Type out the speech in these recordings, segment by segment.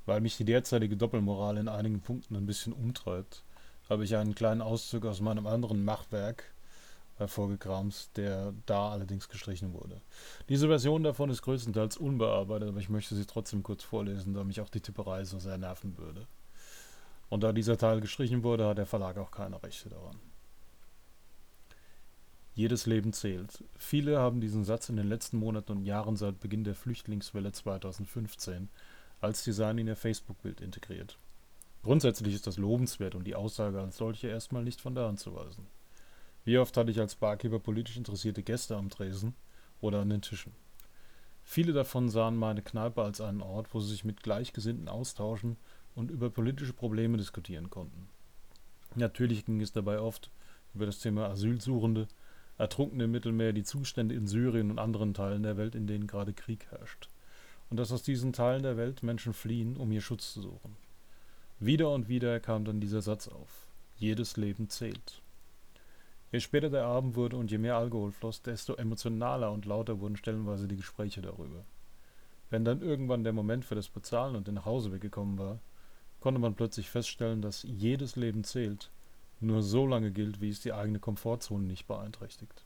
Weil mich die derzeitige Doppelmoral in einigen Punkten ein bisschen umtreibt, habe ich einen kleinen Auszug aus meinem anderen Machwerk hervorgekramt, der da allerdings gestrichen wurde. Diese Version davon ist größtenteils unbearbeitet, aber ich möchte sie trotzdem kurz vorlesen, da mich auch die Tipperei so sehr nerven würde. Und da dieser Teil gestrichen wurde, hat der Verlag auch keine Rechte daran. Jedes Leben zählt. Viele haben diesen Satz in den letzten Monaten und Jahren seit Beginn der Flüchtlingswelle 2015 als Design in ihr Facebook-Bild integriert. Grundsätzlich ist das lobenswert und die Aussage als solche erstmal nicht von der Hand zu weisen. Wie oft hatte ich als Barkeeper politisch interessierte Gäste am Tresen oder an den Tischen. Viele davon sahen meine Kneipe als einen Ort, wo sie sich mit Gleichgesinnten austauschen und über politische Probleme diskutieren konnten. Natürlich ging es dabei oft über das Thema Asylsuchende, Ertrunkene im Mittelmeer, die Zustände in Syrien und anderen Teilen der Welt, in denen gerade Krieg herrscht. Und dass aus diesen Teilen der Welt Menschen fliehen, um hier Schutz zu suchen. Wieder und wieder kam dann dieser Satz auf. Jedes Leben zählt. Je später der Abend wurde und je mehr Alkohol floss, desto emotionaler und lauter wurden stellenweise die Gespräche darüber. Wenn dann irgendwann der Moment für das Bezahlen und den Nachhauseweg gekommen war, konnte man plötzlich feststellen, dass jedes Leben zählt, nur so lange gilt, wie es die eigene Komfortzone nicht beeinträchtigt.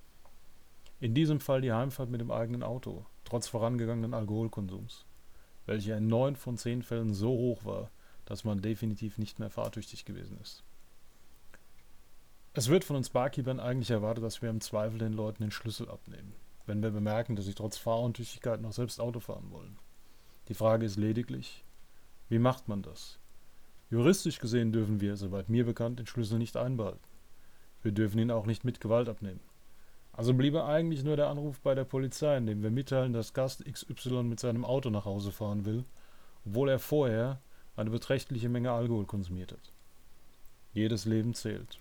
In diesem Fall die Heimfahrt mit dem eigenen Auto, trotz vorangegangenen Alkoholkonsums, welcher in 9 von 10 Fällen so hoch war, dass man definitiv nicht mehr fahrtüchtig gewesen ist. Es wird von uns Barkeepern eigentlich erwartet, dass wir im Zweifel den Leuten den Schlüssel abnehmen, wenn wir bemerken, dass sie trotz Fahruntüchtigkeit noch selbst Auto fahren wollen. Die Frage ist lediglich, wie macht man das? Juristisch gesehen dürfen wir, soweit mir bekannt, den Schlüssel nicht einbehalten. Wir dürfen ihn auch nicht mit Gewalt abnehmen. Also bliebe eigentlich nur der Anruf bei der Polizei, in dem wir mitteilen, dass Gast XY mit seinem Auto nach Hause fahren will, obwohl er vorher eine beträchtliche Menge Alkohol konsumiert hat. Jedes Leben zählt.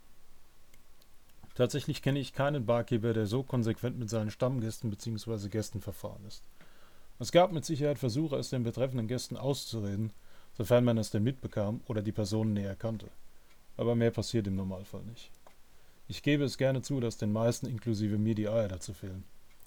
Tatsächlich kenne ich keinen Barkeeper, der so konsequent mit seinen Stammgästen bzw. Gästen verfahren ist. Es gab mit Sicherheit Versuche, es den betreffenden Gästen auszureden, sofern man es denn mitbekam oder die Personen näher kannte. Aber mehr passiert im Normalfall nicht. Ich gebe es gerne zu, dass den meisten inklusive mir die Eier dazu fehlen.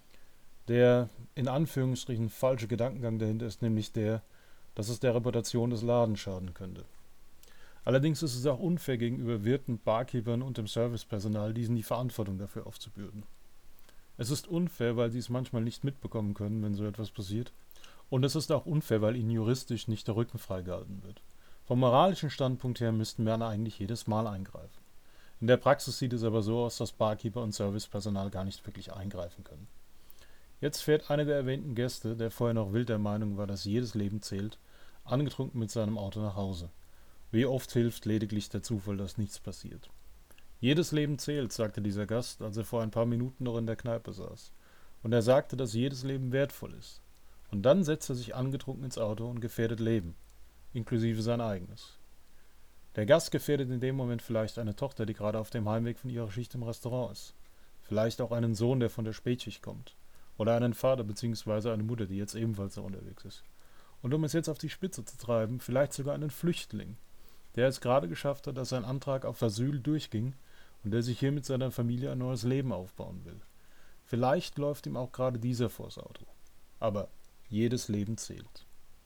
Der in Anführungsstrichen falsche Gedankengang dahinter ist nämlich der, dass es der Reputation des Ladens schaden könnte. Allerdings ist es auch unfair gegenüber Wirten, Barkeepern und dem Servicepersonal, diesen die Verantwortung dafür aufzubürden. Es ist unfair, weil sie es manchmal nicht mitbekommen können, wenn so etwas passiert. Und es ist auch unfair, weil ihnen juristisch nicht der Rücken freigehalten wird. Vom moralischen Standpunkt her müssten wir eigentlich jedes Mal eingreifen. In der Praxis sieht es aber so aus, dass Barkeeper und Servicepersonal gar nicht wirklich eingreifen können. Jetzt fährt einer der erwähnten Gäste, der vorher noch wild der Meinung war, dass jedes Leben zählt, angetrunken mit seinem Auto nach Hause. Wie oft hilft lediglich der Zufall, dass nichts passiert. Jedes Leben zählt, sagte dieser Gast, als er vor ein paar Minuten noch in der Kneipe saß. Und er sagte, dass jedes Leben wertvoll ist. Und dann setzt er sich angetrunken ins Auto und gefährdet Leben, inklusive sein eigenes. Der Gast gefährdet in dem Moment vielleicht eine Tochter, die gerade auf dem Heimweg von ihrer Schicht im Restaurant ist. Vielleicht auch einen Sohn, der von der Spätschicht kommt. Oder einen Vater bzw. eine Mutter, die jetzt ebenfalls noch unterwegs ist. Und um es jetzt auf die Spitze zu treiben, vielleicht sogar einen Flüchtling, der es gerade geschafft hat, dass sein Antrag auf Asyl durchging und der sich hier mit seiner Familie ein neues Leben aufbauen will. Vielleicht läuft ihm auch gerade dieser vors Auto. Aber jedes Leben zählt.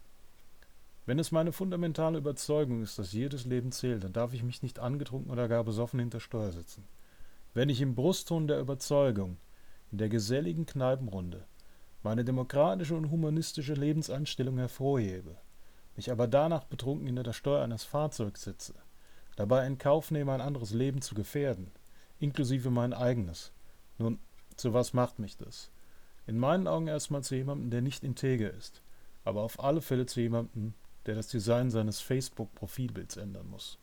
Wenn es meine fundamentale Überzeugung ist, dass jedes Leben zählt, dann darf ich mich nicht angetrunken oder gar besoffen hinter Steuer sitzen. Wenn ich im Brustton der Überzeugung, in der geselligen Kneipenrunde, meine demokratische und humanistische Lebenseinstellung hervorhebe, mich aber danach betrunken hinter der Steuer eines Fahrzeugs sitze, dabei in Kauf nehme, ein anderes Leben zu gefährden, inklusive mein eigenes. Nun, zu was macht mich das? In meinen Augen erstmal zu jemandem, der nicht integer ist, aber auf alle Fälle zu jemandem, der das Design seines Facebook-Profilbilds ändern muss.